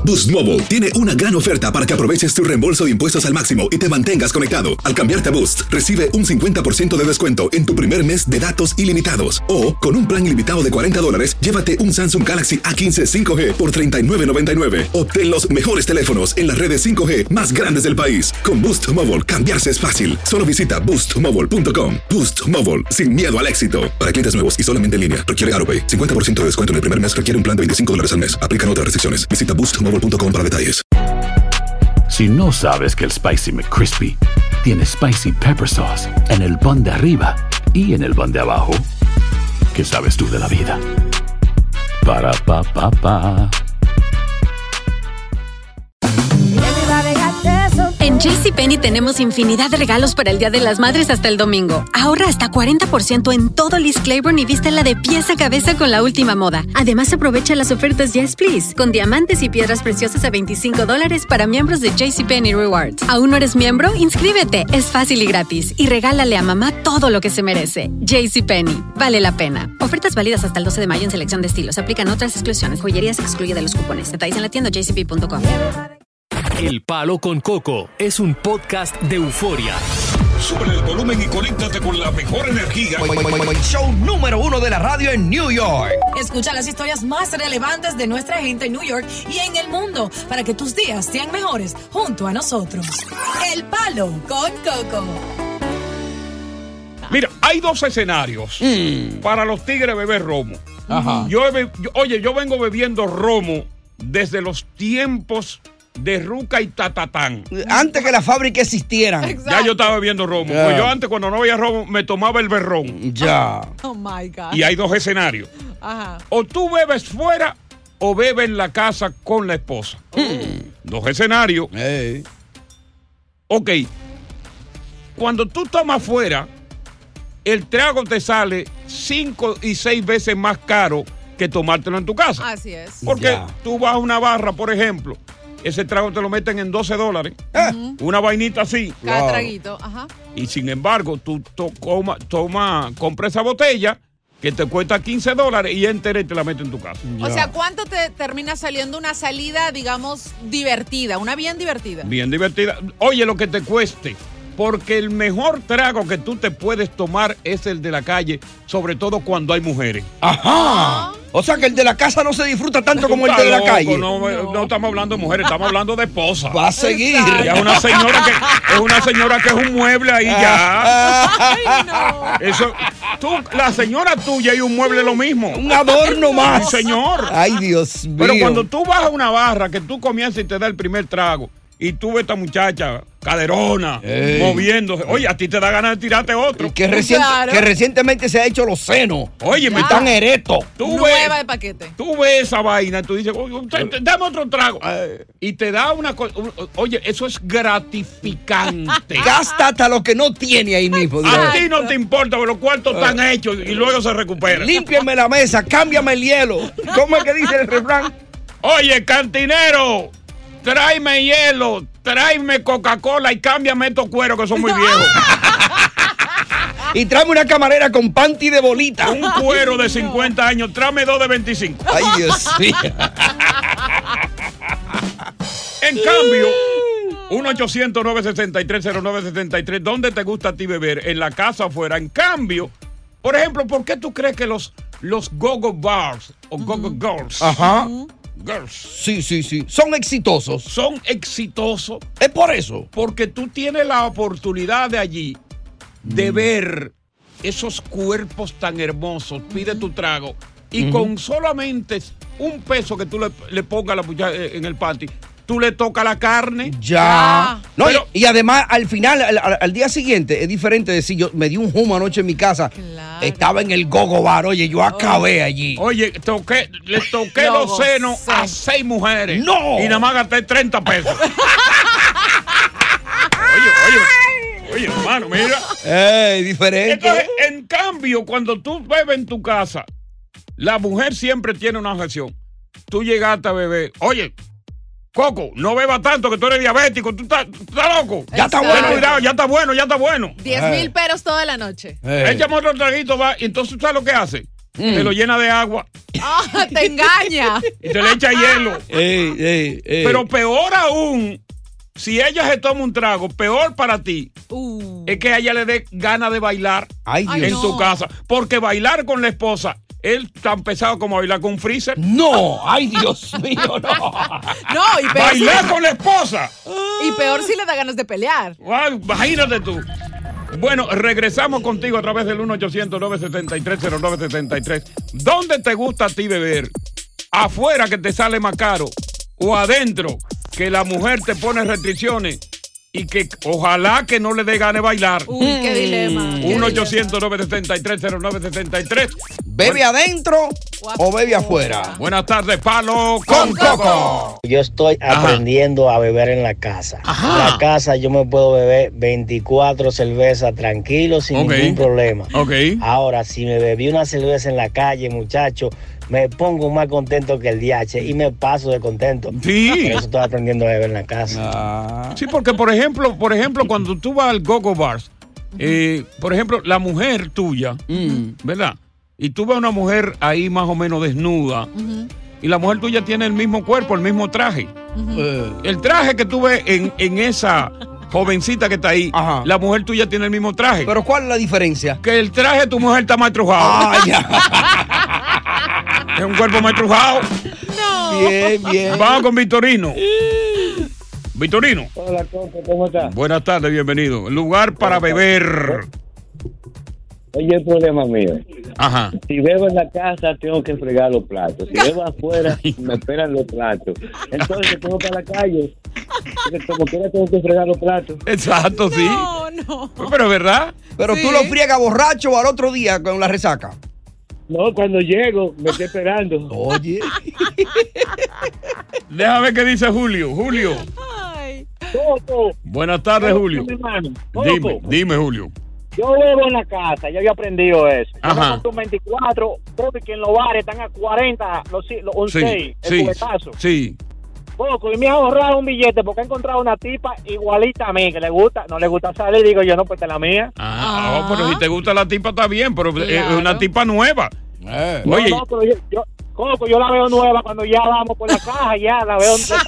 Boost Mobile tiene una gran oferta para que aproveches tu reembolso de impuestos al máximo y te mantengas conectado. Al cambiarte a Boost, recibe un 50% de descuento en tu primer mes de datos ilimitados. O, con un plan ilimitado de $40, llévate un Samsung Galaxy A15 5G por $39.99. Obtén los mejores teléfonos en las redes 5G más grandes del país. Con Boost Mobile, cambiarse es fácil. Solo visita boostmobile.com. Boost Mobile, sin miedo al éxito. Para clientes nuevos y solamente en línea, requiere AutoPay. 50% de descuento en el primer mes requiere un plan de $25 al mes. Aplican otras restricciones. Visita boostmobile.com para detalles. Si no sabes que el Spicy McCrispy tiene Spicy Pepper Sauce en el pan de arriba y en el pan de abajo, ¿qué sabes tú de la vida? Para, pa, pa, pa. En JCPenney tenemos infinidad de regalos para el Día de las Madres hasta el domingo. Ahorra hasta 40% en todo Liz Claiborne y vístela de pies a cabeza con la última moda. Además, aprovecha las ofertas Yes Please, con diamantes y piedras preciosas a $25 para miembros de JCPenney Rewards. ¿Aún no eres miembro? Inscríbete. Es fácil y gratis. Y regálale a mamá todo lo que se merece. JCPenney. Vale la pena. Ofertas válidas hasta el 12 de mayo en selección de estilos. Aplican otras exclusiones. Joyería se excluye de los cupones. Detalles en la tienda jcp.com. El Palo con Coco es un podcast de euforia. Sube el volumen y conéctate con la mejor energía. Show número 1 de la radio en New York. Escucha las historias más relevantes de nuestra gente en New York y en el mundo para que tus días sean mejores junto a nosotros. El Palo con Coco. Mira, hay dos escenarios para los tigres beber romo. Ajá. Yo vengo bebiendo romo desde los tiempos de Ruca y Tatatán. Antes que la fábrica existieran. Exacto. Ya yo estaba bebiendo romo. Yeah. Pues yo antes, cuando no veía romo, me tomaba el berrón. Ya. Oh my God. Y hay dos escenarios. Ajá. O tú bebes fuera o bebes en la casa con la esposa. Dos escenarios. Hey. Ok. Cuando tú tomas fuera, el trago te sale 5 y 6 veces más caro que tomártelo en tu casa. Así es. Porque Ya. tú vas a una barra, por ejemplo, ese trago te lo meten en $12. Una vainita así. Cada Wow. traguito. Ajá. Y sin embargo, tú compra esa botella que te cuesta $15 y entera y te la metes en tu casa. O sea, ¿cuánto te termina saliendo una salida, digamos, divertida? Una bien divertida. Bien divertida. Oye, lo que te cueste. Porque el mejor trago que tú te puedes tomar es el de la calle, sobre todo cuando hay mujeres. Ajá. O sea que el de la casa no se disfruta tanto como el de la Loco, calle. No estamos hablando de mujeres, estamos hablando de esposas. Va a seguir. Ya es una señora que es un mueble ahí ya. Ay, no. Eso, la señora tuya y un mueble lo mismo. Un adorno más. Sí, señor. Ay, Dios mío. Pero cuando tú vas a una barra, que tú comienzas y te da el primer trago, y tú ves a esta muchacha caderona, moviéndose, oye, a ti te da ganas de tirarte otro. Que Claro. recientemente se ha hecho los senos. Oye, me Están erectos. Nueva de paquete. Tú ves esa vaina y tú dices, dame otro trago. Y te da una cosa. Oye, eso es gratificante. Gasta hasta lo que no tiene ahí mismo. A ti no te importa, pero los cuartos están hechos y luego se recuperan. Límpiame la mesa, cámbiame el hielo. ¿Cómo es que dice el refrán? Oye, cantinero, tráeme hielo, tráeme Coca-Cola y cámbiame estos cueros que son muy viejos. Y tráeme una camarera con panty de bolita. Un cuero de 50 años, tráeme 2 de 25. Ay, Dios mío. En cambio, 1-800-963-0963, ¿dónde te gusta a ti beber? ¿En la casa o afuera? En cambio, por ejemplo, ¿por qué tú crees que los go-go bars o go-go girls, Ajá. girls Sí. Son exitosos. son exitosos? Es por eso. Porque tú tienes la oportunidad de allí de ver esos cuerpos tan hermosos. Pide tu trago y con solamente $1 que tú le pongas a la muchacha en el panty, tú le tocas la carne. Ya. No, Pero- y además, al final, al día siguiente, es diferente decir, yo me di un humo anoche en mi casa. Claro. Estaba en el Gogo Bar. Oye, yo acabé allí. Oye, le toqué Lo los senos gocé. a 6 mujeres. ¡No! Y nada más gasté $30. Oye, hermano, mira. Diferente. Entonces, en cambio, cuando tú bebes en tu casa, la mujer siempre tiene una objeción. Tú llegaste a beber. Oye, Coco, no bebas tanto que tú eres diabético. Tú estás loco. Ya está Exacto. bueno. Cuidado, ya está bueno. 10,000 peros toda la noche. Échame otro traguito, va. Y entonces, ¿sabes lo que hace? te lo llena de agua. Ah, te engaña. Y te le echa hielo. Pero peor aún, si ella se toma un trago, peor para ti, es que a ella le dé ganas de bailar en tu casa. Porque bailar con la esposa es tan pesado como bailar con un freezer. No, ay Dios mío, no. No, y peor bailar con la esposa. Y peor si le da ganas de pelear. Wow, imagínate tú. Bueno, regresamos contigo a través del 1-800-973-0973. ¿Dónde te gusta a ti beber? ¿Afuera que te sale más caro? ¿O adentro que la mujer te pone restricciones? Y que ojalá que no le dé ganas de bailar. Uy, qué dilema. 1-800-973-0973. ¿Bebe adentro o bebe afuera? Buenas tardes, Palo con Coco. Yo estoy aprendiendo a beber en la casa. En la casa yo me puedo beber 24 cervezas tranquilo, sin ningún problema. Ahora, si me bebí una cerveza en la calle, muchacho, me pongo más contento que el DH y me paso de contento. Sí. Por eso estoy aprendiendo a beber en la casa. Sí, porque por ejemplo, cuando tú vas al Go-Go Bars, por ejemplo, la mujer tuya, ¿verdad? Y tú ves a una mujer ahí más o menos desnuda, y la mujer tuya tiene el mismo cuerpo, el mismo traje. El traje que tú ves en esa jovencita que está ahí, la mujer tuya tiene el mismo traje. ¿Pero cuál es la diferencia? Que el traje de tu mujer está más trujado. Es un cuerpo más trujado. No. Bien. Vamos con Victorino. Victorino. Hola, Coco, ¿cómo estás? Buenas tardes, bienvenido. Lugar para beber. Oye, el problema mío. Ajá. Si bebo en la casa, tengo que fregar los platos. Si bebo afuera, me esperan los platos. Entonces, tengo para la calle. Porque como quiera, tengo que fregar los platos. Exacto, sí. No. Pero, ¿verdad? Pero tú lo friegas borracho al otro día con la resaca. No, cuando llego, me estoy esperando. Oye. Déjame ver qué dice Julio. Julio. Ay. Coco. Buenas tardes, Julio. Dime, Julio. Yo bebo en la casa, ya había aprendido eso. Yo Ajá. me compro un 24, creo que en los bares están a 40, un 6, el cubetazo. Sí. Coco, y me ha ahorrado un billete porque he encontrado una tipa igualita a mí, que le gusta, no le gusta salir, digo yo, no, pues te la mía. Pero si te gusta la tipa está bien, pero es una tipa nueva. Oye. No, pero Coco, yo la veo nueva cuando ya vamos por la caja, ya la veo. Sí.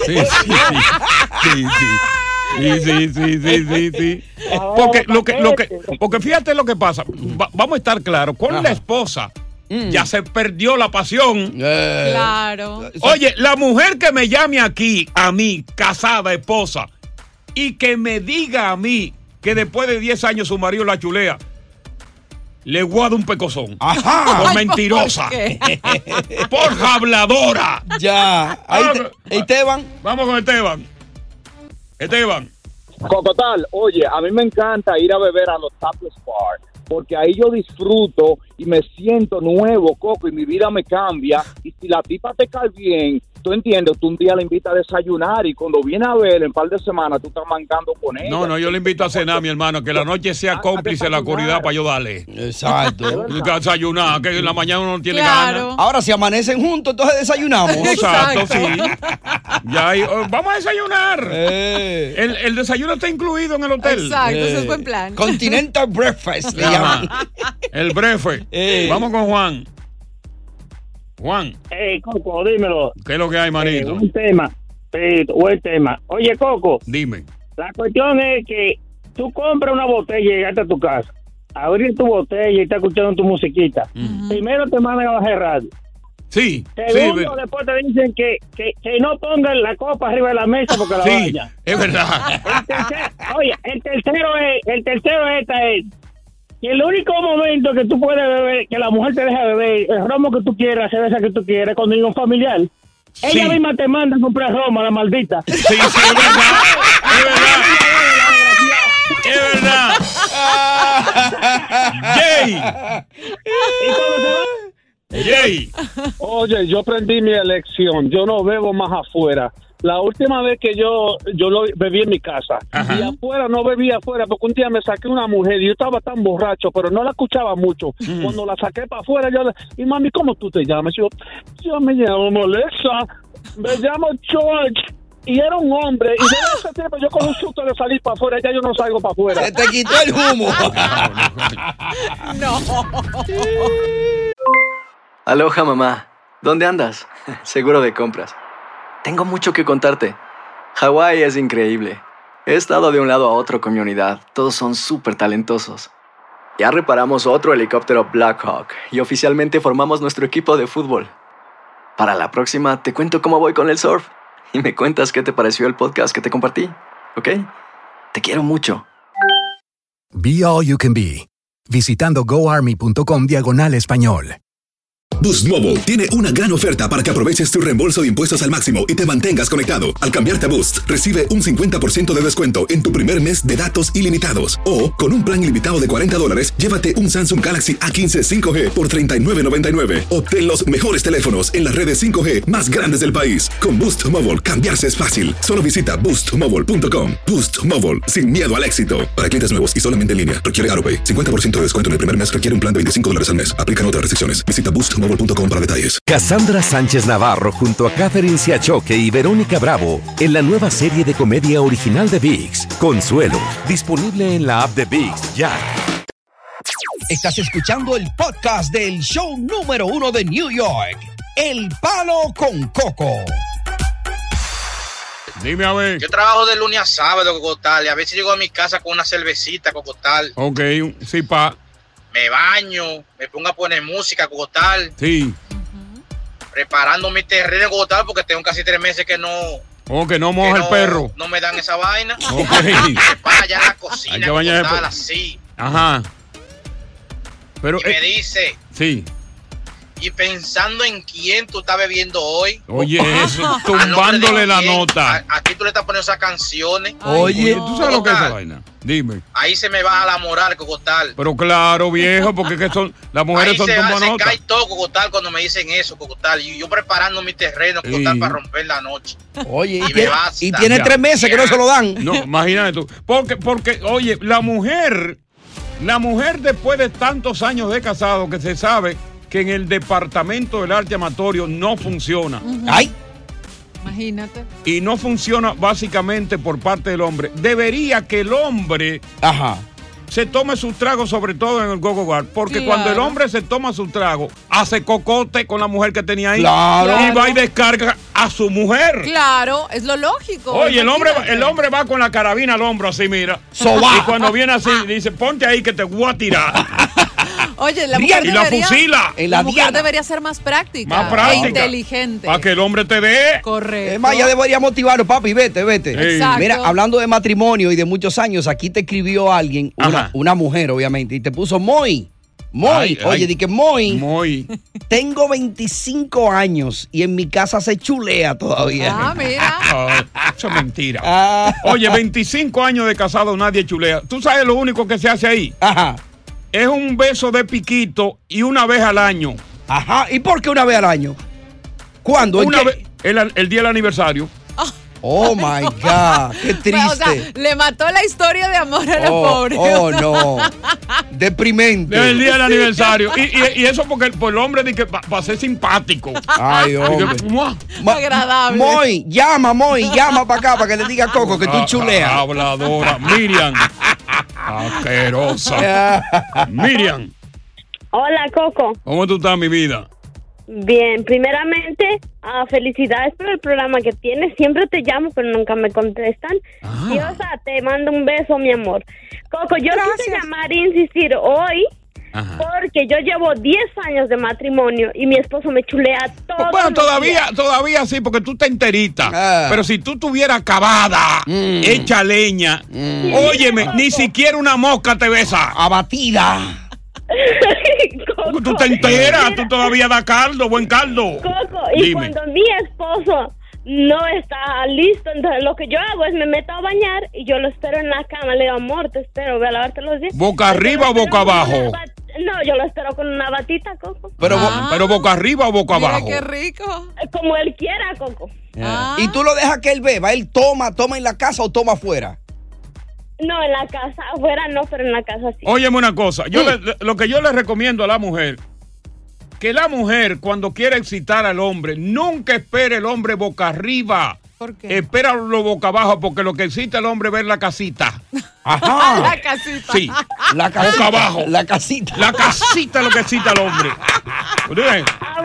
Porque fíjate lo que pasa. Vamos a estar claros, con la esposa ya se perdió la pasión. Claro. Oye, la mujer que me llame aquí, a mí, casada, esposa, y que me diga a mí que después de 10 años su marido la chulea, le guarda un pecozón. Ajá. Por mentirosa. Por habladora. Ya. Esteban. Vamos con Esteban. Cocotal, oye, a mí me encanta ir a beber a los Topless Bar, porque ahí yo disfruto y me siento nuevo, Coco, y mi vida me cambia. Y si la tipa te cae bien, tú entiendes, tú un día la invitas a desayunar y cuando viene a ver, en un par de semanas, tú estás mancando con ella. No, yo le invito a cenar, mi hermano, que la noche sea cómplice de la oscuridad para yo darle. Exacto. Desayunar, que en la mañana uno no tiene ganas. Ahora, si amanecen juntos, entonces desayunamos. Exacto, sí. Ya, vamos a desayunar. El desayuno está incluido en el hotel. Exacto, ese es buen plan. Continental Breakfast le llaman. El breakfast. Vamos con Juan. Coco, dímelo. ¿Qué es lo que hay, manito? Un tema. Buen tema. Oye, Coco. Dime. La cuestión es que tú compras una botella y llegaste a tu casa. Abrir tu botella y estás escuchando tu musiquita. Primero te mandan a bajar radio. Sí. Segundo, después te dicen que no pongan la copa arriba de la mesa porque la vaya. Es verdad. El tercero es que el único momento que tú puedes beber, que la mujer te deja beber el romo que tú quieras, cerveza que tú quieras, cuando hay un familiar. Ella misma te manda a comprar romo, la maldita. Sí, es verdad. Es verdad. Jay. Oye, yo aprendí mi elección. Yo no bebo más afuera. La última vez que yo lo bebí en mi casa. Ajá. Y afuera no bebía afuera porque un día me saqué una mujer y yo estaba tan borracho, pero no la escuchaba mucho. Cuando la saqué para afuera, y mami, ¿cómo tú te llamas? Yo me llamo Melissa, me llamo George. Y era un hombre, y desde ese tiempo yo con un susto de salir para afuera, ya yo no salgo para afuera. Se te quitó el humo. No. Aloha, mamá. ¿Dónde andas? Seguro de compras. Tengo mucho que contarte. Hawái es increíble. He estado de un lado a otro con mi unidad. Todos son súper talentosos. Ya reparamos otro helicóptero Blackhawk y oficialmente formamos nuestro equipo de fútbol. Para la próxima te cuento cómo voy con el surf y me cuentas qué te pareció el podcast que te compartí, ¿ok? Te quiero mucho. Be All You Can Be, visitando goarmy.com/español. Boost Mobile tiene una gran oferta para que aproveches tu reembolso de impuestos al máximo y te mantengas conectado. Al cambiarte a Boost, recibe un 50% de descuento en tu primer mes de datos ilimitados. O, con un plan ilimitado de $40, llévate un Samsung Galaxy A15 5G por $39.99. Obtén los mejores teléfonos en las redes 5G más grandes del país. Con Boost Mobile, cambiarse es fácil. Solo visita boostmobile.com. Boost Mobile, sin miedo al éxito. Para clientes nuevos y solamente en línea, requiere AutoPay. 50% de descuento en el primer mes requiere un plan de $25 al mes. Aplican otras restricciones. Visita boostmobile.com para detalles. Cassandra Sánchez Navarro junto a Catherine Siachoque y Verónica Bravo en la nueva serie de comedia original de ViX, Consuelo, disponible en la app de ViX ya. Estás escuchando el podcast del show número 1 de New York, El Palo con Coco. Dime a ver. Yo trabajo de lunes a sábado, Cocotal, y a veces llego a mi casa con una cervecita, Cocotal. Ok, sí, pa. Me baño, me pongo a poner música, Cocotal. Sí. Preparando mi terreno, Cocotal, porque tengo casi 3 meses que no... Oh, que no moja el perro. No me dan esa vaina. Ok. Para allá en la cocina, Hay que bañar el Cocotal, perro. así. Ajá. Pero, Y me dice... Sí. Y pensando en quién tú estás bebiendo hoy. Oye, eso, tumbándole la nota. Aquí tú le estás poniendo esas canciones. Oye, ¿tú sabes lo que es esa vaina? Dime. Ahí se me baja la moral, Cocotal. Pero claro, viejo, porque es que son, las mujeres Ahí son se tumbanotas. cae todo, Cocotal, cuando me dicen eso, Cocotal. Y yo preparando mi terreno, Cocotal, Sí. para romper la noche. Oye, y me basta. y tiene 3 meses que no se lo dan. No, imagínate tú. Porque, oye, la mujer después de tantos años de casado que se sabe que en el departamento del arte amatorio no funciona. ¡Ay! Imagínate. Y no funciona básicamente por parte del hombre. Debería que el hombre se tome sus tragos, sobre todo en el Go-Go Bar, porque Claro. cuando el hombre se toma su trago, hace cocote con la mujer que tenía ahí. Claro. Y va y descarga a su mujer. Claro, es lo lógico. Oye, el hombre Imagínate. va con la carabina al hombro así, mira. Sobá. Y cuando viene así, dice, ponte ahí que te voy a tirar. Oye, la Y mujer la debería, fusila. la mujer debería ser más práctica. Más práctica. E inteligente. Para que el hombre te dé. Correcto. Es más, ya debería motivarnos, papi, vete. Exacto. Mira, hablando de matrimonio y de muchos años, aquí te escribió alguien, una mujer, obviamente, y te puso Moy. Oye, di que Moy. Tengo 25 años y en mi casa se chulea todavía. Ah, mira. Eso es mentira. Oye, 25 años de casado, nadie chulea. ¿Tú sabes lo único que se hace ahí? Ajá. Es un beso de piquito y una vez al año. Ajá. ¿Y por qué una vez al año? ¿Cuándo? El día del aniversario. Oh my God, qué triste. O sea, le mató la historia de amor a la pobre. Oh, no. Deprimente. El día del aniversario. Y eso porque el hombre dice que para ser simpático. Ay, hombre. Agradable. Moy, llama para acá para que le diga a Coco que tú chuleas. Habladora. Miriam. Asquerosa. Miriam. Hola, Coco. ¿Cómo tú estás, mi vida? Bien, primeramente, felicidades por el programa que tienes. Siempre te llamo, pero nunca me contestan. Y, o sea, te mando un beso, mi amor. Coco, yo quise llamar e insistir hoy porque yo llevo 10 años de matrimonio y mi esposo me chulea todo. Bueno, todavía sí, porque tú te enterita. Pero si tú estuvieras acabada, hecha leña, óyeme, ni siquiera una mosca te besa. Abatida. Tú te enteras, tú todavía das caldo, buen caldo. Coco, y cuando mi esposo no está listo, entonces lo que yo hago es me meto a bañar y yo lo espero en la cama. Le digo, amor, te espero, voy a lavarte los dientes. ¿Boca arriba o boca abajo? No, yo lo espero con una batita, Coco. Pero boca arriba o boca abajo. Qué rico. Como él quiera, Coco. Y tú lo dejas que él beba. Él toma en la casa o toma afuera. No, en la casa, afuera no, pero en la casa sí. Óyeme una cosa, lo que yo le recomiendo a la mujer, que la mujer cuando quiere excitar al hombre, nunca espere el hombre boca arriba. ¿Por qué? Espéralo boca abajo, porque lo que excita al hombre es ver la casita. Ajá. La casita. Sí. La casita. Boca abajo. La casita. La casita es lo que excita al hombre.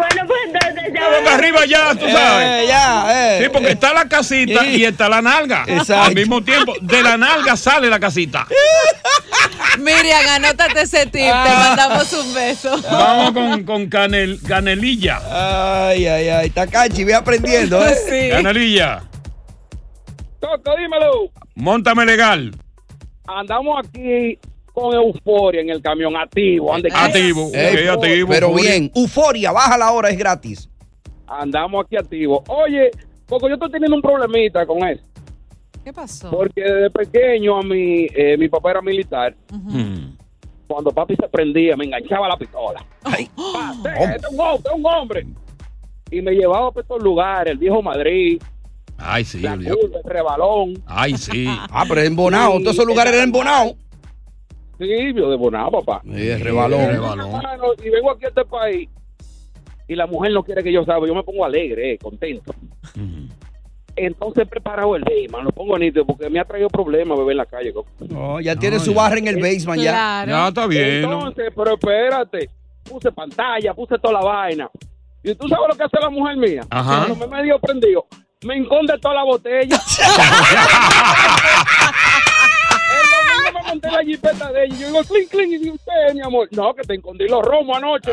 boca arriba ya, tú sabes. Sí, porque está la casita y está la nalga. Exacto. Al mismo tiempo, de la nalga sale la casita. Miriam, anótate ese tip, te mandamos un beso. Vamos con Canelilla. Ay. Takachi, ve aprendiendo, Sí. Canelilla. Coco, dímelo. Móntame legal. Andamos aquí con euforia en el camión activo. Activo. Pero bien, euforia, baja la hora, es gratis. Andamos aquí activos. Oye, Coco, yo estoy teniendo un problemita con eso. ¿Qué pasó? Porque desde pequeño mi papá era militar. Cuando papi se prendía, me enganchaba la pistola. Este es un hombre. Y me llevaba a estos lugares, el Viejo Madrid. Ay, sí. La curva, el Rebalón. Ay, sí. Pero es embonado. Todos esos lugares eran embonados. Sí, yo de Bonao, papá. Sí, es Rebalón. Y vengo aquí a este país y la mujer no quiere que yo sabe. Yo me pongo alegre, contento. Entonces he preparado el basement, lo pongo nítido porque me ha traído problemas beber en la calle. No, ya tiene su barra en el basement ya. Claro. Ya está bien. Entonces, pero espérate, puse pantalla, puse toda la vaina. ¿Y tú sabes lo que hace la mujer mía? Ajá. Cuando me medio prendido, me esconde toda la botella. El domingo me monté la jipeta de ella y yo digo, clink, clink, y digo, usted, mi amor. No, que te escondí los romos anoche.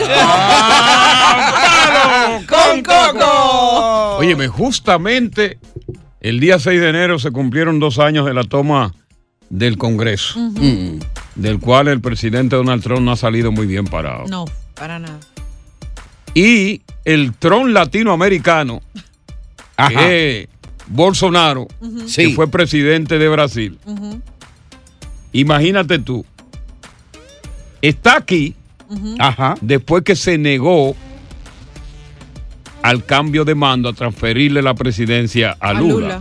¡Con Coco! Óyeme, justamente el día 6 de enero se cumplieron 2 años de la toma del Congreso, del cual el presidente Donald Trump no ha salido muy bien parado. No, para nada. Y el Trump latinoamericano, que Bolsonaro, que fue presidente de Brasil. Imagínate tú, está aquí después que se negó al cambio de mando, a transferirle la presidencia a Lula.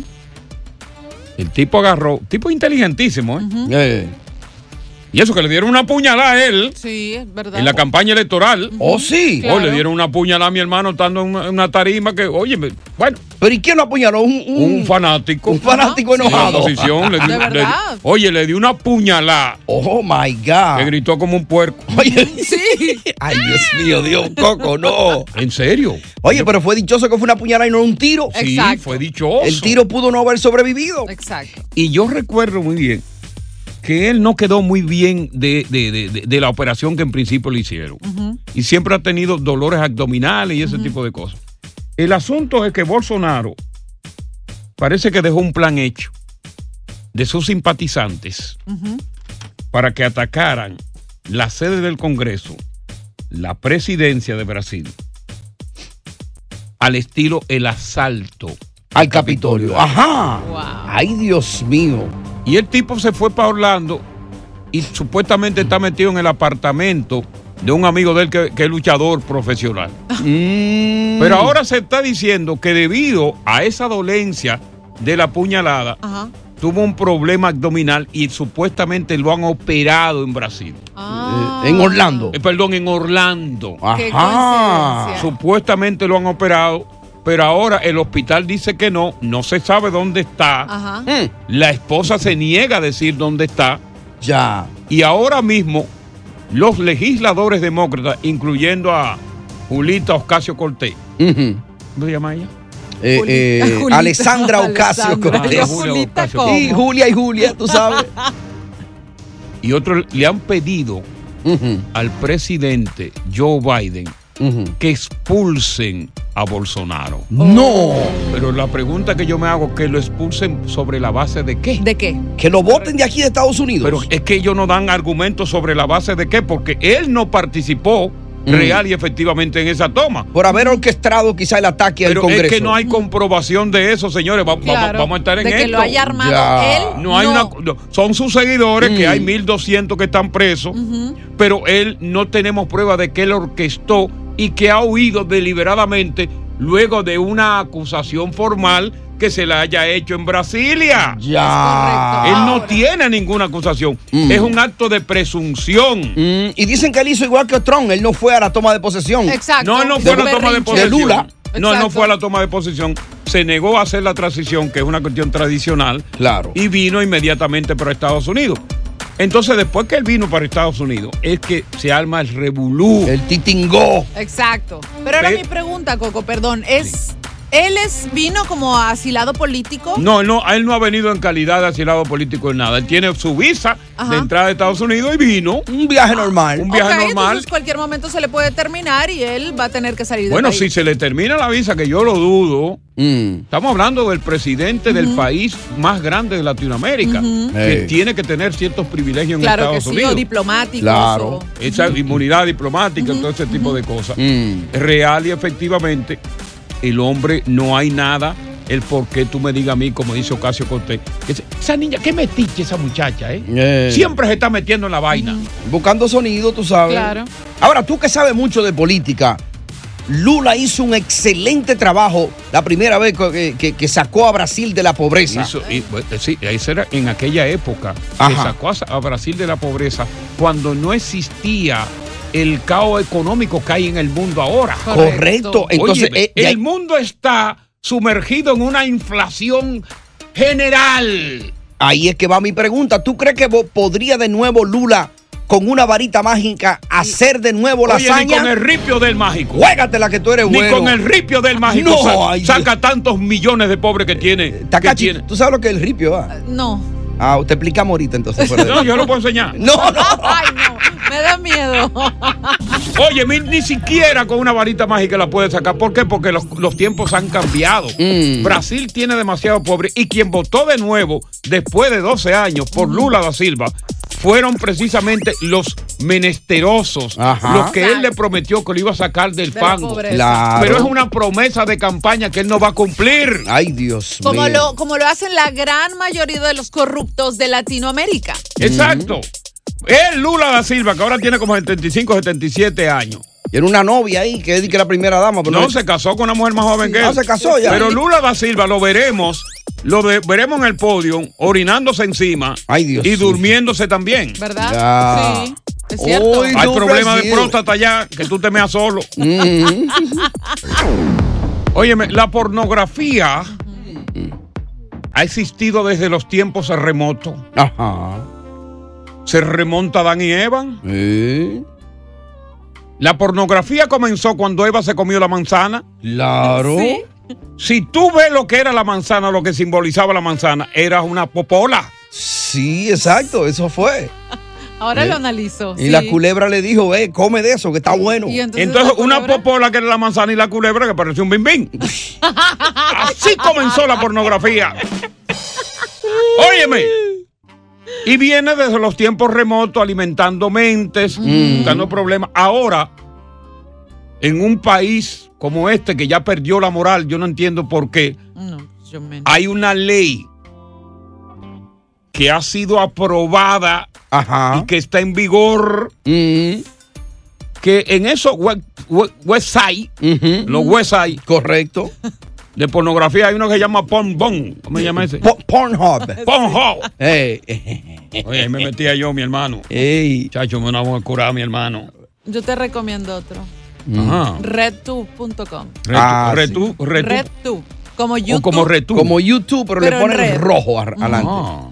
El tipo agarró, tipo inteligentísimo, y eso que le dieron una puñalada a él. Sí, es verdad. En la campaña electoral. Oh, sí. Claro. Le dieron una puñalada a mi hermano estando en una tarima que, oye, bueno. ¿Pero y quién lo apuñaló? Un fanático. Un fanático enojado. Sí, la oposición. Le dio una puñalada. Oh, my God. Que gritó como un puerco. Oye, sí. Ay, Dios mío, Dios, Coco, no. ¿En serio? Oye, pero fue dichoso que fue una puñalada y no un tiro. Sí, fue dichoso. El tiro pudo no haber sobrevivido. Exacto. Y yo recuerdo muy bien que él no quedó muy bien de la operación que en principio le hicieron. Y siempre ha tenido dolores abdominales y ese tipo de cosas. El asunto es que Bolsonaro parece que dejó un plan hecho de sus simpatizantes para que atacaran la sede del Congreso, la presidencia de Brasil, al estilo el asalto al Capitolio. Ajá. Wow. Ay, Dios mío. Y el tipo se fue para Orlando y supuestamente está metido en el apartamento de un amigo de él que es luchador profesional. Pero ahora se está diciendo que debido a esa dolencia de la puñalada, tuvo un problema abdominal y supuestamente lo han operado en Brasil. ¿En Orlando? Perdón, en Orlando. Qué coincidencia. Supuestamente lo han operado, pero ahora el hospital dice que no se sabe dónde está. La esposa se niega a decir dónde está. Ya. Y ahora mismo los legisladores demócratas, incluyendo a Julita Ocasio-Cortez, ¿cómo se llama ella? Alessandra Ocasio-Cortez. Sí, Julia, tú sabes. Y otros le han pedido al presidente Joe Biden que expulsen a Bolsonaro. No. Pero la pregunta que yo me hago, que lo expulsen sobre la base de qué. ¿De qué? Que lo voten de aquí de Estados Unidos. Pero es que ellos no dan argumentos sobre la base de qué, porque él no participó real y efectivamente en esa toma. Por haber orquestado quizá el ataque al Congreso. Pero es que no hay comprobación de eso, señores. Vamos a estar en de esto. Que lo haya armado él. No hay son sus seguidores, que hay 1,200 que están presos, pero él no tenemos prueba de que él orquestó y que ha huido deliberadamente luego de una acusación formal que se la haya hecho en Brasilia. Ya. Él no tiene ninguna acusación. Es un acto de presunción. Y dicen que él hizo igual que Trump. Él no fue a la toma de posesión. Exacto. No, no fue a la toma de posesión. De Lula. No fue a la toma de posesión. Se negó a hacer la transición, que es una cuestión tradicional. Claro. Y vino inmediatamente para Estados Unidos. Entonces, después que él vino para Estados Unidos, es que se arma el revolú. El titingó. Exacto. Pero ahora mi pregunta, Coco, perdón, ¿él vino como asilado político? No, él no ha venido en calidad de asilado político en nada. Él tiene su visa de entrada a Estados Unidos y vino. Un viaje normal. Entonces cualquier momento se le puede terminar y él va a tener que salir del país. Si se le termina la visa, que yo lo dudo, estamos hablando del presidente del país más grande de Latinoamérica, que tiene que tener ciertos privilegios en Estados Unidos. O diplomáticos. Claro. Esa inmunidad diplomática, todo ese tipo de cosas. Real y efectivamente, el hombre no hay nada, el por qué tú me digas a mí, como dice Ocasio Cortés, esa niña, qué metiche esa muchacha, siempre se está metiendo en la vaina. Buscando sonido, tú sabes. Claro. Ahora, tú que sabes mucho de política, Lula hizo un excelente trabajo la primera vez que sacó a Brasil de la pobreza. Sí, eso era en aquella época. Que sacó a Brasil de la pobreza cuando no existía el caos económico que hay en el mundo ahora. Correcto. Entonces, el mundo está sumergido en una inflación general. Ahí es que va mi pregunta. ¿Tú crees que podría de nuevo Lula, con una varita mágica, hacer de nuevo la hazaña? Ni con el ripio del mágico. Juégatela que tú eres bueno. Ni con el ripio del mágico saca tantos millones de pobres que tiene. Takashi, ¿tú sabes lo que es el ripio? No. Te explicamos ahorita entonces. No, yo lo puedo enseñar. No. Ay, no. Me da miedo. Oye, ni siquiera con una varita mágica la puede sacar. ¿Por qué? Porque los tiempos han cambiado. Brasil tiene demasiado pobre y quien votó de nuevo después de 12 años por Lula da Silva fueron precisamente los menesterosos, los que él le prometió que lo iba a sacar del fango. Claro. Pero es una promesa de campaña que él no va a cumplir. Ay, Dios mío. Como lo hacen la gran mayoría de los corruptos de Latinoamérica. Exacto. Es Lula da Silva, que ahora tiene como 75, 77 años. Tiene una novia ahí, que es la primera dama. Pero no, se casó con una mujer más joven que él. Se casó ya. Pero Lula da Silva lo veremos en el podio, orinándose encima. Ay, Dios. Y durmiéndose también. ¿Verdad? Ya. Sí, es cierto. Hay problemas de próstata ya, que tú te meas solo. Óyeme, la pornografía ha existido desde los tiempos remotos. Se remonta a Adán y Eva. La pornografía comenzó cuando Eva se comió la manzana. Claro. ¿Sí? Si tú ves lo que era la manzana, lo que simbolizaba la manzana, era una popola. Sí, exacto, eso fue. Ahora lo analizo. Y la culebra le dijo, come de eso, que está bueno. ¿Y entonces una popola que era la manzana y la culebra que parecía un bimbín. Así comenzó la pornografía. Óyeme. Y viene desde los tiempos remotos alimentando mentes, buscando problemas. Ahora, en un país como este que ya perdió la moral, yo no entiendo por qué, hay una ley que ha sido aprobada y que está en vigor, que en esos websites, los websites, correcto, de pornografía, hay uno que se llama Pornhub. ¿Cómo se llama ese? Pornhub. Oye, ahí me metía yo, mi hermano. Chacho, me voy a curar a mi hermano. Yo te recomiendo otro. RedTube.com. RedTube. Como YouTube. Como RedTube. Como YouTube, pero le ponen rojo adelante.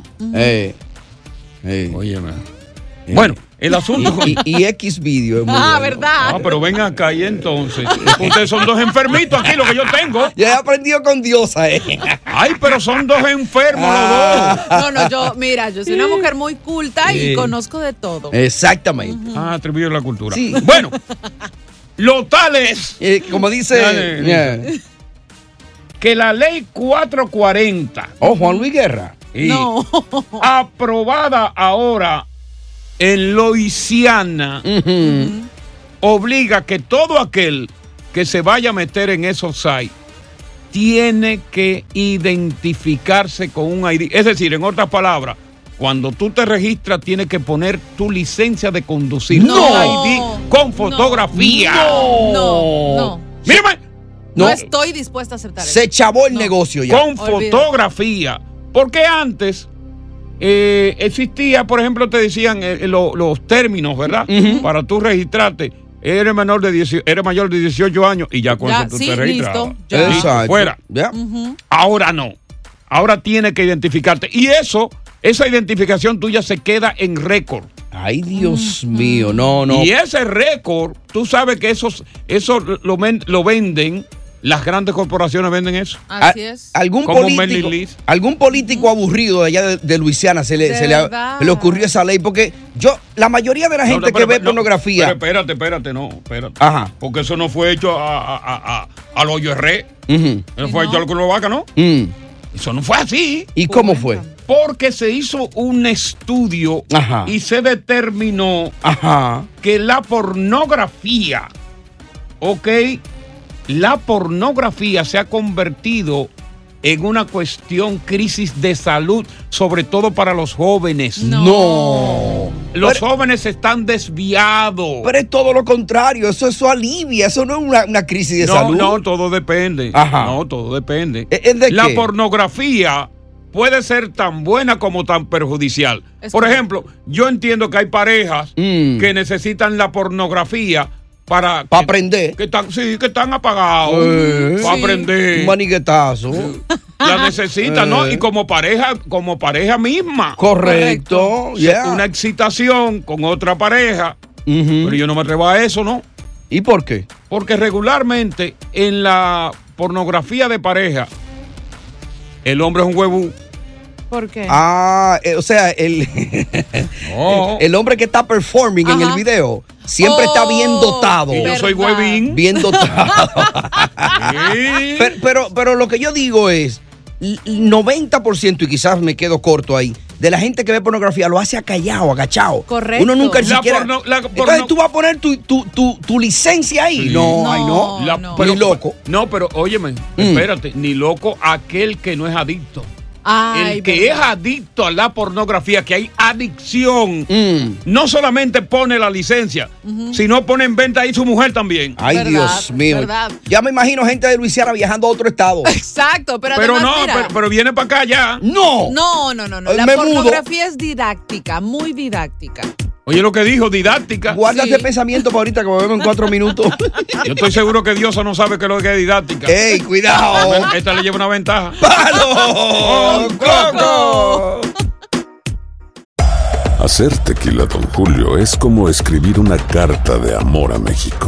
Óyeme. Bueno, el asunto. Y X video es muy bueno. ¿Verdad? Pero ven acá y entonces. Ustedes son dos enfermitos aquí, lo que yo tengo. Yo he aprendido con Diosa, Ay, pero son dos enfermos los dos. Yo soy una mujer muy culta y conozco de todo. Exactamente. Atribuido a la cultura. Sí. Bueno, lo tal es. Como dice. Que la ley 440. Juan Luis Guerra. No. Aprobada ahora en Luisiana, obliga que todo aquel que se vaya a meter en esos sites tiene que identificarse con un ID. Es decir, en otras palabras, cuando tú te registras, tienes que poner tu licencia de conducir. No. ID con fotografía. No. Mírame. No estoy dispuesta a aceptar eso. Se chavó el negocio ya. Con fotografía. Porque antes existía, por ejemplo, te decían los términos, ¿verdad? Para tú registrarte. Eres mayor de 18 años y ya con eso tú te registras. Exacto. Fuera. Ahora no. Ahora tienes que identificarte. Y eso esa identificación tuya se queda en récord. Ay, Dios mío, no. Y ese récord, tú sabes que eso lo venden, las grandes corporaciones venden eso. Así es. ¿Algún político aburrido de allá de Luisiana se le ocurrió esa ley? Porque la mayoría de la gente que ve pornografía... Espérate. Ajá. Porque eso no fue hecho a los IRS. Eso fue hecho a los Colovaca, ¿no? Eso no fue así. ¿Y cómo fue? Porque se hizo un estudio y se determinó que la pornografía, la pornografía se ha convertido en una cuestión crisis de salud, sobre todo para los jóvenes. No. Los jóvenes están desviados. Pero es todo lo contrario, eso alivia, eso no es una crisis de salud. No, todo depende. No, todo depende. ¿De la qué? pornografía puede ser tan buena como tan perjudicial. Por ejemplo, yo entiendo que hay parejas que necesitan la pornografía para aprender. Que están apagados. Para aprender. Un maniguetazo. La necesitan, ¿no? Y como pareja misma. Correcto. Una excitación con otra pareja. Pero yo no me atrevo a eso, ¿no? ¿Y por qué? Porque regularmente en la pornografía de pareja, el hombre es un huevú. ¿Por qué? O sea, el hombre que está performing en el video siempre está bien dotado. Y yo soy huevín. Bien dotado. pero lo que yo digo es, 90%, y quizás me quedo corto ahí, de la gente que ve pornografía lo hace acallado, agachado. Correcto. Uno nunca siquiera... Entonces tú vas a poner tu licencia ahí. No. Pero loco. No, pero óyeme, espérate, ni loco aquel que no es adicto. El que es adicto a la pornografía, que hay adicción, no solamente pone la licencia, sino pone en venta ahí su mujer también. Ay, Dios mío. Ya me imagino gente de Luisiana viajando a otro estado. Exacto, pero además, pero viene para acá ya. No. La pornografía es didáctica, muy didáctica. Oye lo que dijo, didáctica. Guarda ese pensamiento para ahorita que volvemos en 4 minutos. Yo estoy seguro que Diosa no sabe qué es lo que es didáctica. ¡Ey, cuidado! Esta le lleva una ventaja. ¡Palo con Coco! Hacer tequila Don Julio es como escribir una carta de amor a México.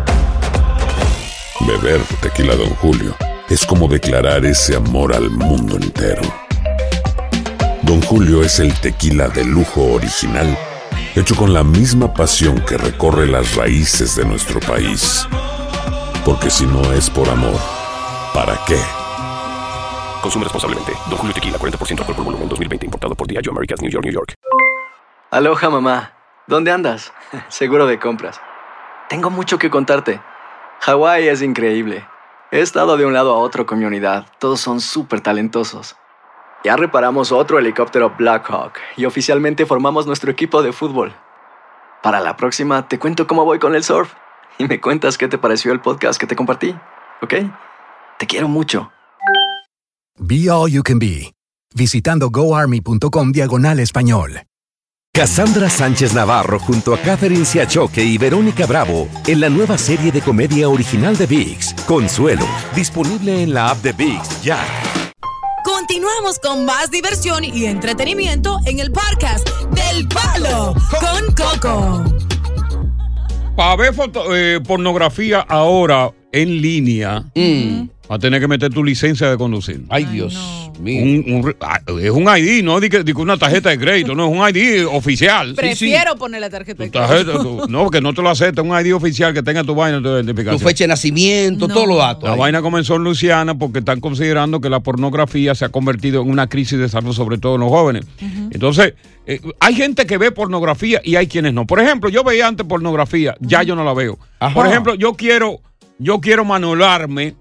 Beber tequila Don Julio es como declarar ese amor al mundo entero. Don Julio es el tequila de lujo original, hecho con la misma pasión que recorre las raíces de nuestro país. Porque si no es por amor, ¿para qué? Consume responsablemente. Don Julio Tequila, 40% alcohol por volumen, 2020. Importado por Diageo Americas, New York, New York. Aloha, mamá. ¿Dónde andas? Seguro de compras. Tengo mucho que contarte. Hawái es increíble. He estado de un lado a otro con mi unidad. Todos son súper talentosos. Ya reparamos otro helicóptero Blackhawk y oficialmente formamos nuestro equipo de fútbol. Para la próxima te cuento cómo voy con el surf y me cuentas qué te pareció el podcast que te compartí, ¿ok? Te quiero mucho. Be All You Can Be, visitando goarmy.com/español. Cassandra Sánchez Navarro junto a Catherine Siachoque y Verónica Bravo en la nueva serie de comedia original de ViX, Consuelo, disponible en la app de ViX ya. Continuamos con más diversión y entretenimiento en el podcast del Palo con Coco. Para ver pornografía ahora en línea, va a tener que meter tu licencia de conducir. Ay, Dios mío. Es un ID, no de una tarjeta de crédito, no es un ID oficial. Prefiero poner la tarjeta de crédito. No, que no te lo acepta, un ID oficial que tenga tu vaina de identificación. Tu fecha de nacimiento, todos los datos. La vaina comenzó en Luisiana porque están considerando que la pornografía se ha convertido en una crisis de salud, sobre todo en los jóvenes. Entonces, hay gente que ve pornografía y hay quienes no. Por ejemplo, yo veía antes pornografía, ya yo no la veo. Ajá. Por ejemplo, yo quiero manuelarme.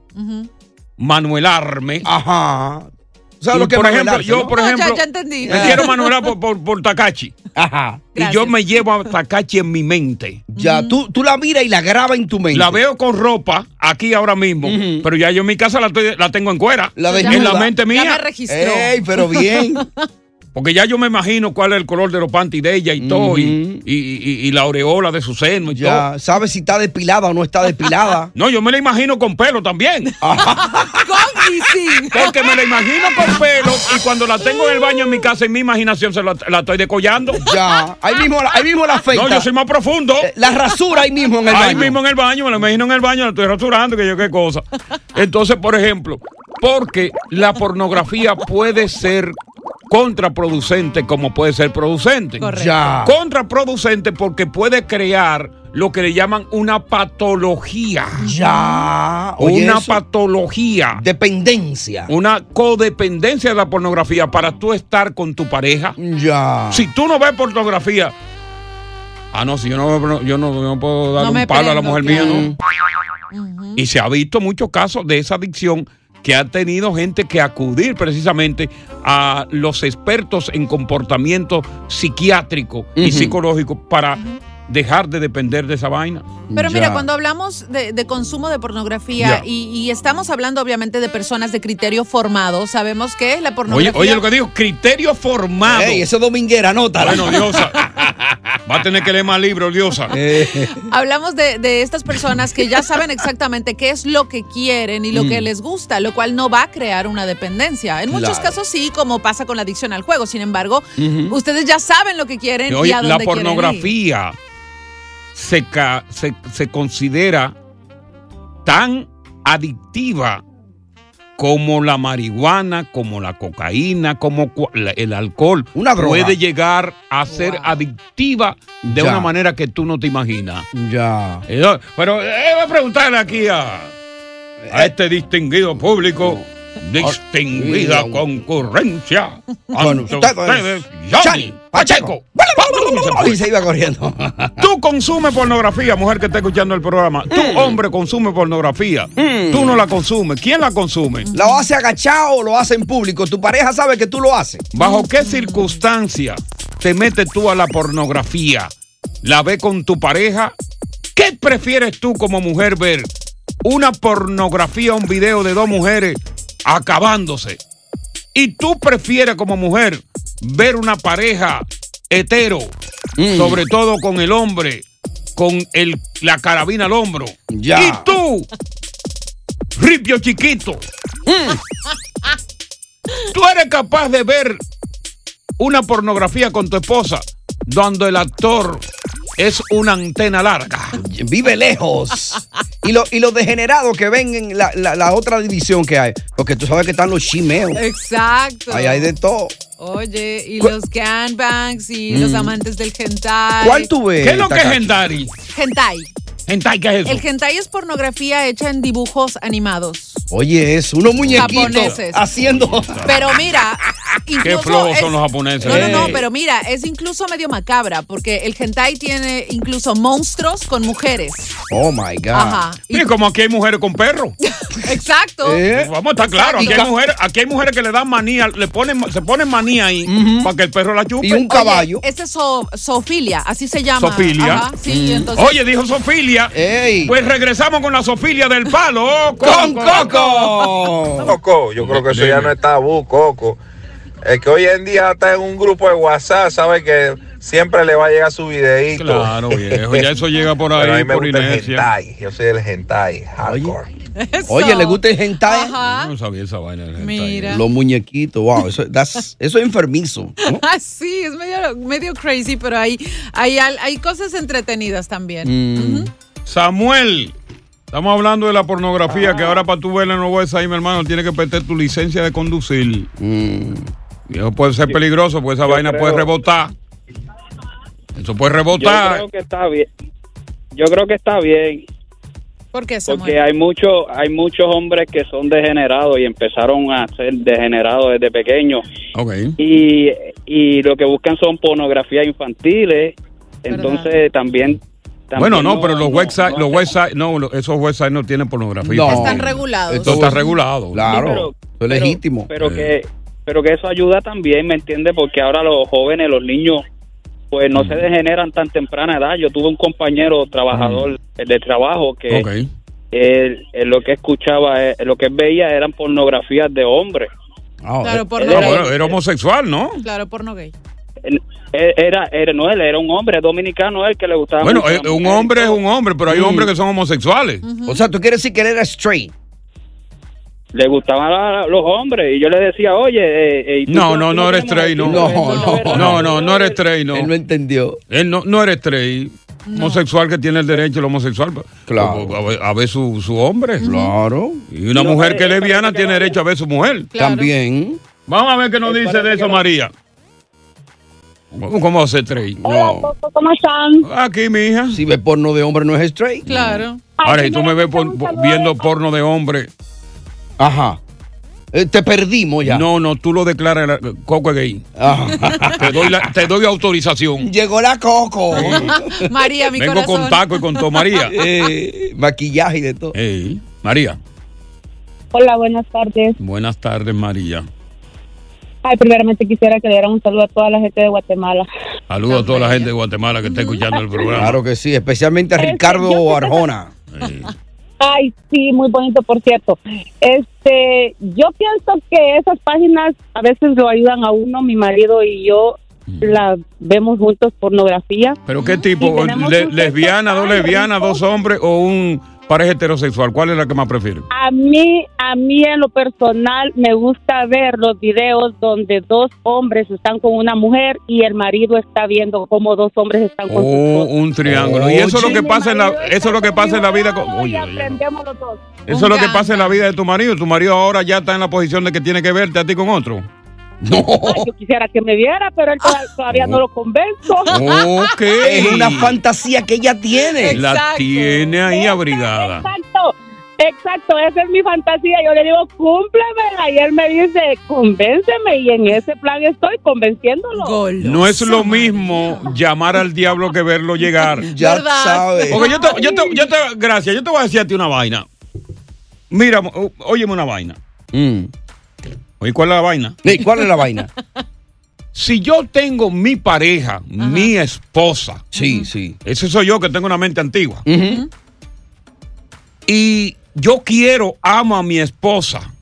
Ajá. ¿Sabes lo que por ejemplo, yo, ya entendí. Me quiero manuelar por Takashi. Ajá. Gracias. Y yo me llevo a Takashi en mi mente. Ya, tú la miras y la grabas en tu mente. La veo con ropa aquí ahora mismo, pero ya yo en mi casa la tengo en cuera. En la mente mía. Ya me registró. Ey, pero bien. Porque ya yo me imagino cuál es el color de los panties de ella y todo, y la aureola de su seno y todo. ¿Sabes si está depilada o no está depilada? No, yo me la imagino con pelo también. ¿Con Porque me la imagino con pelo y cuando la tengo en el baño en mi casa, en mi imaginación la estoy decollando. Ya, ahí mismo la afeita. No, yo soy más profundo. La rasura ahí mismo en el baño. Ahí mismo en el baño, me lo imagino en el baño, la estoy rasurando, que yo qué cosa. Entonces, por ejemplo, porque la pornografía puede ser contraproducente como puede ser producente. Correcto. Ya. Contraproducente porque puede crear lo que le llaman una patología. Ya. Una patología. Dependencia. Una codependencia de la pornografía para tú estar con tu pareja. Ya. Si tú no ves pornografía. No, si yo no puedo dar un palo a la mujer mía, ¿no? Y se ha visto muchos casos de esa adicción que ha tenido gente que acudir precisamente a los expertos en comportamiento psiquiátrico y psicológico para dejar de depender de esa vaina. Pero mira, cuando hablamos de consumo de pornografía y estamos hablando obviamente de personas de criterio formado, sabemos que la pornografía... Oye lo que digo, criterio formado. Ey, eso dominguera, anótala. Bueno, Diosa, va a tener que leer más libros, Diosa. Hablamos de estas personas que ya saben exactamente qué es lo que quieren y lo que les gusta, lo cual no va a crear una dependencia. En muchos casos sí, como pasa con la adicción al juego. Sin embargo, ustedes ya saben lo que quieren y a dónde quieren ir. La pornografía se considera tan adictiva como la marihuana, como la cocaína, como el alcohol. Una droga. Puede llegar a ser adictiva de una manera que tú no te imaginas. Ya. Pero voy a preguntarle aquí a este distinguido público, distinguida concurrencia. Ante ustedes, Johnny Pacheco. Y se iba corriendo. Tú consumes pornografía, mujer que está escuchando el programa. Tú, hombre, consume pornografía. Tú no la consumes. ¿Quién la consume? ¿Lo hace agachado o lo hace en público? ¿Tu pareja sabe que tú lo haces? ¿Bajo qué circunstancia te metes tú a la pornografía? ¿La ves con tu pareja? ¿Qué prefieres tú como mujer ver? ¿Una pornografía, un video de dos mujeres acabándose? ¿Y tú prefieres como mujer ver una pareja hetero, sobre todo con el hombre, con la carabina al hombro? Ya. ¿Y tú, ripio chiquito? ¿Tú eres capaz de ver una pornografía con tu esposa donde el actor es una antena larga? Vive lejos. Y los degenerados que ven en la otra división que hay. Porque tú sabes que están los chimeos. Exacto. Ahí hay de todo. Oye, y los gangbangs y los amantes del hentai. ¿Cuál tú ves? ¿Qué es lo que es hentai? Hentai, ¿qué es eso? El hentai es pornografía hecha en dibujos animados. Oye, es unos muñequitos japoneses haciendo... Pero mira... Qué flojos son los japoneses. No, pero mira, es incluso medio macabra porque el hentai tiene incluso monstruos con mujeres. Oh, my God. Ajá. Y como aquí hay mujeres con perros. Exacto. Vamos a estar claros. Aquí hay mujeres que le dan manía, se ponen manía ahí para que el perro la chupe. Y un caballo. Oye, ese es zoofilia, así se llama. Zoofilia. Ajá, sí, entonces... Oye, dijo zoofilia. Ey. Pues regresamos con la zoofilia del palo con Coco. Coco, yo creo que eso ya no es tabú, Coco. Es que hoy en día está en un grupo de WhatsApp, sabe que siempre le va a llegar su videíto. Claro, viejo, ya eso llega por ahí. Pero a mí me por gusta el inercia. hentai. Yo soy el hentai hardcore. Oye, ¿le gusta el hentai? Ajá. No sabía esa vaina del hentai. Mira. Los muñequitos, wow, eso es enfermizo, ¿no? Sí, es medio crazy, pero hay cosas entretenidas también. Samuel, estamos hablando de la pornografía, que ahora para tú verla no voy a salir, mi hermano, tienes que perder tu licencia de conducir. Y eso puede ser peligroso, porque esa vaina puede rebotar. Eso puede rebotar. Yo creo que está bien. Yo creo que está bien. ¿Por qué, Samuel? Porque hay muchos hombres que son degenerados y empezaron a ser degenerados desde pequeños. Okay. Y lo que buscan son pornografías infantiles. Entonces también bueno, no, pero los websites, esos websites no tienen pornografía. No. Están regulados. Esto está regulado. Claro, es legítimo. Pero que eso ayuda también, ¿me entiendes? Porque ahora los jóvenes, los niños, pues no se degeneran tan temprana edad. Yo tuve un compañero trabajador de trabajo que él lo que escuchaba, lo que él veía eran pornografías de hombres. Claro, porno gay. Bueno, era homosexual, ¿no? Claro, porno gay. Él era un hombre dominicano, él que le gustaba. Bueno, mucho un hombre es un hombre, pero hay hombres que son homosexuales. O sea, ¿tú quieres decir que él era straight? le gustaban los hombres y yo le decía, oye, no eres straight, no eres straight, no. Él no entendió. Él no eres straight. Homosexual que tiene el derecho, el homosexual, claro, a ver su hombre. Claro. Y una mujer que es lesbiana tiene derecho a ver su mujer. Claro. También. Vamos a ver qué nos dice de eso, María. ¿Cómo va a ser straight? Hola, ¿cómo están? Aquí, mija. Si ve porno de hombre no es straight. Claro. Ahora, si tú me ves viendo porno de hombre. Ajá. Te perdimos ya. No, tú lo declaras, Coco es gay. Te doy autorización. Llegó la Coco. María, mi Vengo corazón. con taco y con todo, María. Maquillaje y de todo. María. Hola, buenas tardes. Buenas tardes, María. Ay, primeramente quisiera que le dieran un saludo a toda la gente de Guatemala. Saludos a toda la gente de Guatemala que está escuchando el programa. Claro que sí, especialmente a Ricardo Arjona. Ay, sí, muy bonito, por cierto. Yo pienso que esas páginas a veces lo ayudan a uno, mi marido y yo la vemos juntos, pornografía. ¿Pero qué tipo? ¿Lesbiana, dos lesbianas, dos hombres o un pareja heterosexual? ¿Cuál es la que más prefiere? A mí en lo personal me gusta ver los videos donde dos hombres están con una mujer y el marido está viendo cómo dos hombres están con su esposa. Un triángulo. Y eso es lo que pasa en la vida. Aprendemos los dos. Eso es lo que pasa en la vida de tu marido. Tu marido ahora ya está en la posición de que tiene que verte a ti con otro. No. Ay, yo quisiera que me viera, pero él todavía no lo convenzo. Ok. Es una fantasía que ella tiene. La tiene ahí abrigada. Exacto, esa es mi fantasía. Yo le digo, cúmplemela. Y él me dice, convénceme. Y en ese plan estoy convenciéndolo. No es lo mismo llamar al diablo que verlo llegar. Ya sabes. Porque gracias, yo te voy a decir a ti una vaina. Mira, óyeme una vaina. Oye, ¿cuál es la vaina? ¿Cuál es la vaina? Si yo tengo mi pareja, mi esposa. Sí. Ese soy yo que tengo una mente antigua. Y yo amo a mi esposa.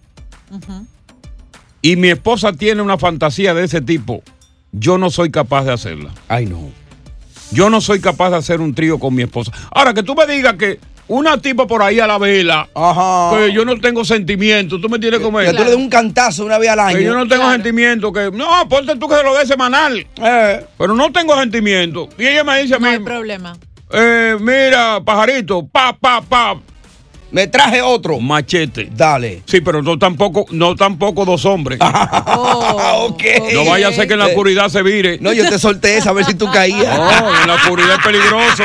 Y mi esposa tiene una fantasía de ese tipo. Yo no soy capaz de hacerla. Ay, no. Yo no soy capaz de hacer un trío con mi esposa. Ahora, que tú me digas que una tipa por ahí a la vela, que yo no tengo sentimiento, tú me tienes como que tú le des un cantazo una vez al año. Que yo no tengo sentimiento, que no, ponte tú que se lo des semanal. Pero no tengo sentimiento. Y ella me dice a mí, no hay problema. Mira, pajarito, me traje otro. Machete. Dale. Sí, pero no tampoco dos hombres. Okay. No vaya a ser que en la oscuridad se vire. No, yo te solté esa a ver si tú caías. No, en la oscuridad es peligroso.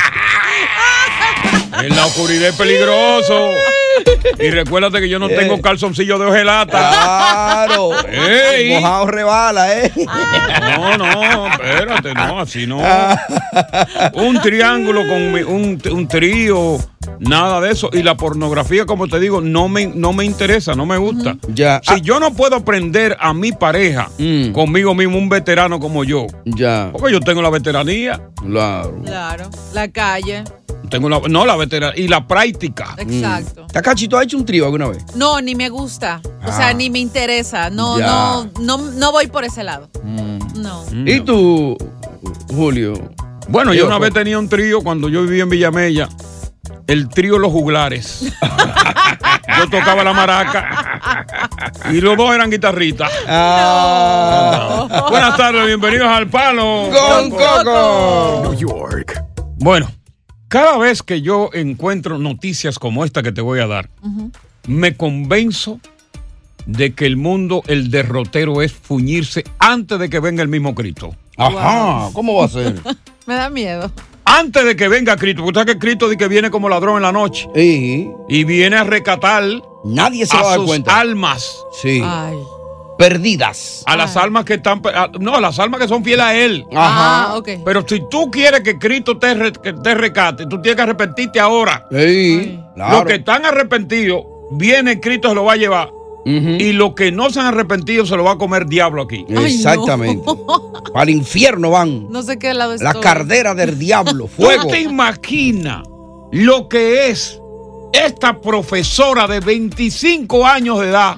En la oscuridad es peligroso. Y recuérdate que yo no tengo calzoncillo de hojelata. Claro. Mojado rebala, No, espérate, no, así no. Un triángulo con un trío, nada de eso. Y la pornografía, como te digo, no me interesa, no me gusta. Ya. Si yo no puedo aprender a mi pareja conmigo mismo, un veterano como yo, porque yo tengo la veteranía. Claro. La calle. Tengo la veteranía y la práctica. Exacto. ¿Cachito ha hecho un trío alguna vez? No, ni me gusta. O sea, ni me interesa. No voy por ese lado. No. ¿Y tú, Julio? Bueno, yo una vez tenía un trío cuando yo vivía en Villamella. El trío Los Juglares. Yo tocaba la maraca y los dos eran guitarristas. Buenas tardes, bienvenidos al Palo con Coco. New York. Bueno, cada vez que yo encuentro noticias como esta que te voy a dar, me convenzo de que el mundo, el derrotero es fuñirse antes de que venga el mismo Cristo. Ajá, ¿cómo va a ser? Me da miedo. Antes de que venga Cristo, porque sabes que Cristo dice que viene como ladrón en la noche. Y viene a rescatar nadie se va a dar sus cuenta. Almas. Sí. Ay. Perdidas. A las almas que están... No, a las almas que son fieles a Él. Ajá. Ok. Pero si tú quieres que Cristo te rescate, tú tienes que arrepentirte ahora. Sí, claro. Los que están arrepentidos, viene Cristo, se lo va a llevar. Y los que no se han arrepentido se lo va a comer diablo aquí. Exactamente. Al infierno van. No sé qué lado la cardera del diablo, fuego. ¿Tú te imaginas lo que es esta profesora de 25 años de edad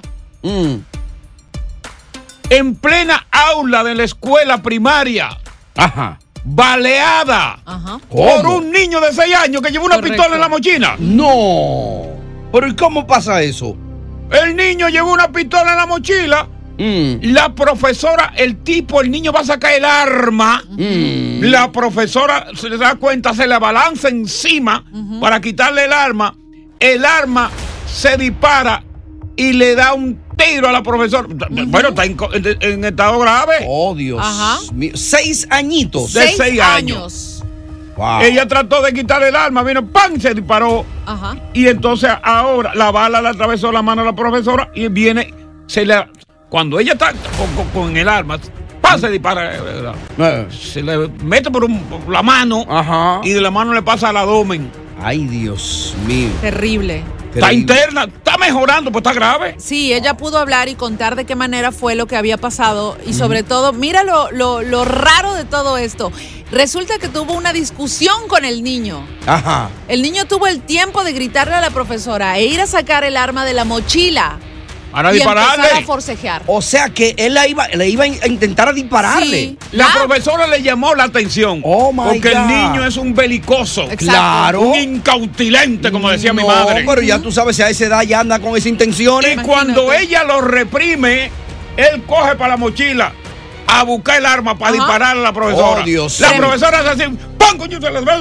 en plena aula de la escuela primaria? Baleada por un niño de 6 años que llevó una pistola en la mochila? No. ¿Pero y cómo pasa eso? El niño llevó una pistola en la mochila. La profesora, el niño va a sacar el arma. La profesora se le da cuenta, se le abalanza encima para quitarle el arma. El arma se dispara y le da un tiro a la profesora. Bueno, está en estado grave. Oh, Dios mío. 6 añitos. De 6 años. Wow. Ella trató de quitarle el arma, vino, ¡pam!, se disparó. Y entonces ahora la bala le atravesó la mano a la profesora y viene, cuando ella está con el arma, ¡pam!, se dispara, ¿verdad? Se le mete por la mano y de la mano le pasa al abdomen. Ay, Dios mío. Terrible. Está interna, está mejorando, pues está grave. Sí, ella pudo hablar y contar de qué manera fue lo que había pasado y sobre todo, mira lo raro de todo esto. Resulta que tuvo una discusión con el niño. El niño tuvo el tiempo de gritarle a la profesora e ir a sacar el arma de la mochila. Para dispararle. Empezar a forcejear. O sea que él le iba a intentar dispararle. Sí. La profesora le llamó la atención. Porque el niño es un belicoso. Exacto. Claro. Un incautilente, como decía mi madre. Pero ya tú sabes, si a esa edad ya anda con esas intenciones. Y cuando ella lo reprime, él coge para la mochila a buscar el arma para disparar a la profesora. Oh, Dios. La profesora hace así, ¡pum! Coño, se las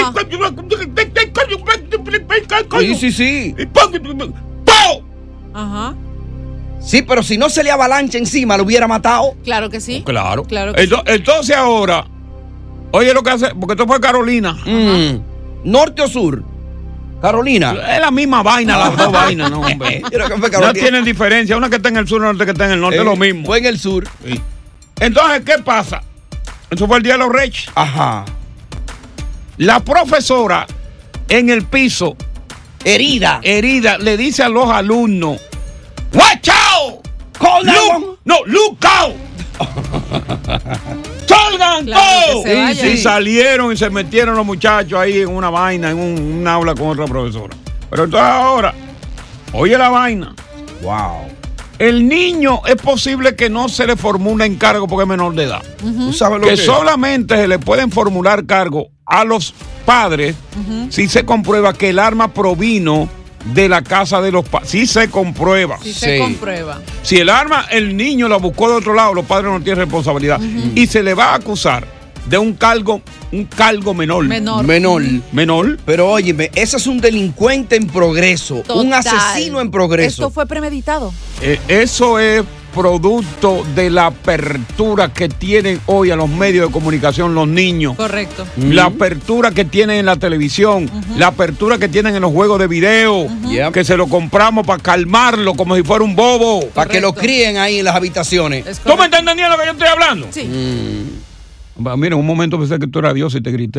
Sí. Y ¡pum! Ajá. Sí, pero si no se le avalancha encima, lo hubiera matado. Claro que sí. Claro. Claro que entonces ahora, oye lo que hace, porque esto fue Carolina. ¿Norte o sur? Carolina. Es la misma vaina, las dos vainas, no, hombre. No tienen diferencia. Una que está en el sur y otra que está en el norte, es lo mismo. Fue en el sur. Sí. Entonces, ¿qué pasa? Eso fue el día de los Reyes. La profesora en el piso, herida, le dice a los alumnos: ¡Watch out! ¡Look out! ¡Salgan todos! Y salieron y se metieron los muchachos ahí en una vaina, en un aula con otra profesora. Pero entonces ahora, oye la vaina. Wow. El niño es posible que no se le formule un encargo porque es menor de edad. ¿Tú sabes lo que solamente se le pueden formular cargo a los padres si se comprueba que el arma provino de la casa de los padres. Sí se comprueba. Se comprueba. Si el arma, el niño la buscó de otro lado, los padres no tienen responsabilidad. Y se le va a acusar de un cargo menor. Pero óyeme, ese es un delincuente en progreso. Total. Un asesino en progreso. Esto fue premeditado. Eso es producto de la apertura que tienen hoy a los medios de comunicación los niños. Correcto. La apertura que tienen en la televisión, la apertura que tienen en los juegos de video, que se lo compramos para calmarlo como si fuera un bobo. Para que lo críen ahí en las habitaciones. ¿Tú me entiendes lo que yo estoy hablando? Sí. Mira, en un momento pensé que tú eras Dios y te grité.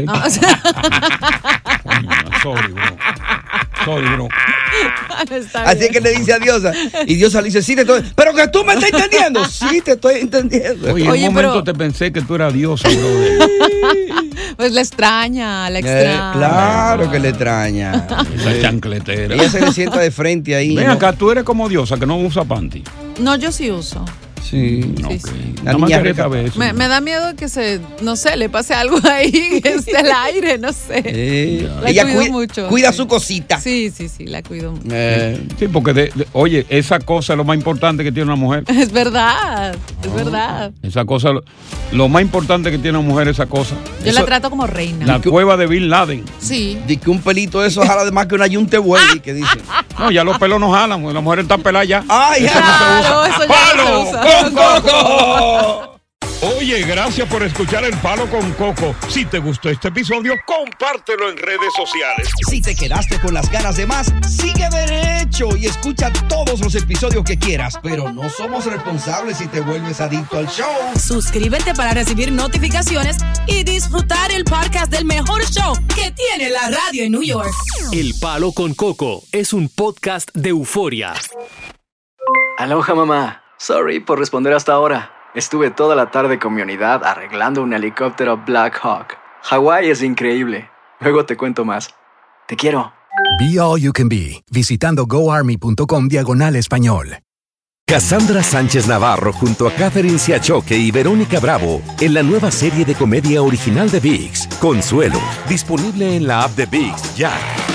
Sorry, bro. Así que le dice a Diosa. Y Diosa le dice, sí, te estoy... Pero que tú me estás entendiendo. Sí, te estoy entendiendo. Oye, en un momento te pensé que tú eras Dios, bro. Pues le extraña. Claro que le extraña. Esa chancletera. Ella se le sienta de frente ahí. Ven acá, tú eres como Diosa, que no usa panty. No, yo sí uso. Sí. La niña me da miedo que le pase algo ahí, que esté el aire, no sé. La ella cuido mucho. Cuida su cosita. Sí, la cuido mucho. Sí, porque, oye, esa cosa es lo más importante que tiene una mujer. Es verdad. Esa cosa, lo más importante que tiene una mujer, esa cosa. Yo la trato como reina. La cueva de Bin Laden. Sí. Dice que un pelito de eso jala de más que una yunte buey, que dice. No, ya los pelos no jalan, la mujer está pelada ya. ¡Ay, eso no se usa. ¡Palo con Coco! Oye, gracias por escuchar El Palo con Coco. Si te gustó este episodio, compártelo en redes sociales. Si te quedaste con las ganas de más, sigue derecho y escucha todos los episodios que quieras. Pero no somos responsables si te vuelves adicto al show. Suscríbete para recibir notificaciones y disfrutar el podcast del mejor show que tiene la radio en New York. El Palo con Coco es un podcast de Euforia. Aloha, mamá. Sorry por responder hasta ahora. Estuve toda la tarde con mi unidad arreglando un helicóptero Black Hawk. Hawái es increíble. Luego te cuento más. Te quiero. Be All You Can Be, visitando goarmy.com/español. Cassandra Sánchez Navarro junto a Catherine Siachoque y Verónica Bravo en la nueva serie de comedia original de ViX, Consuelo, disponible en la app de ViX ya.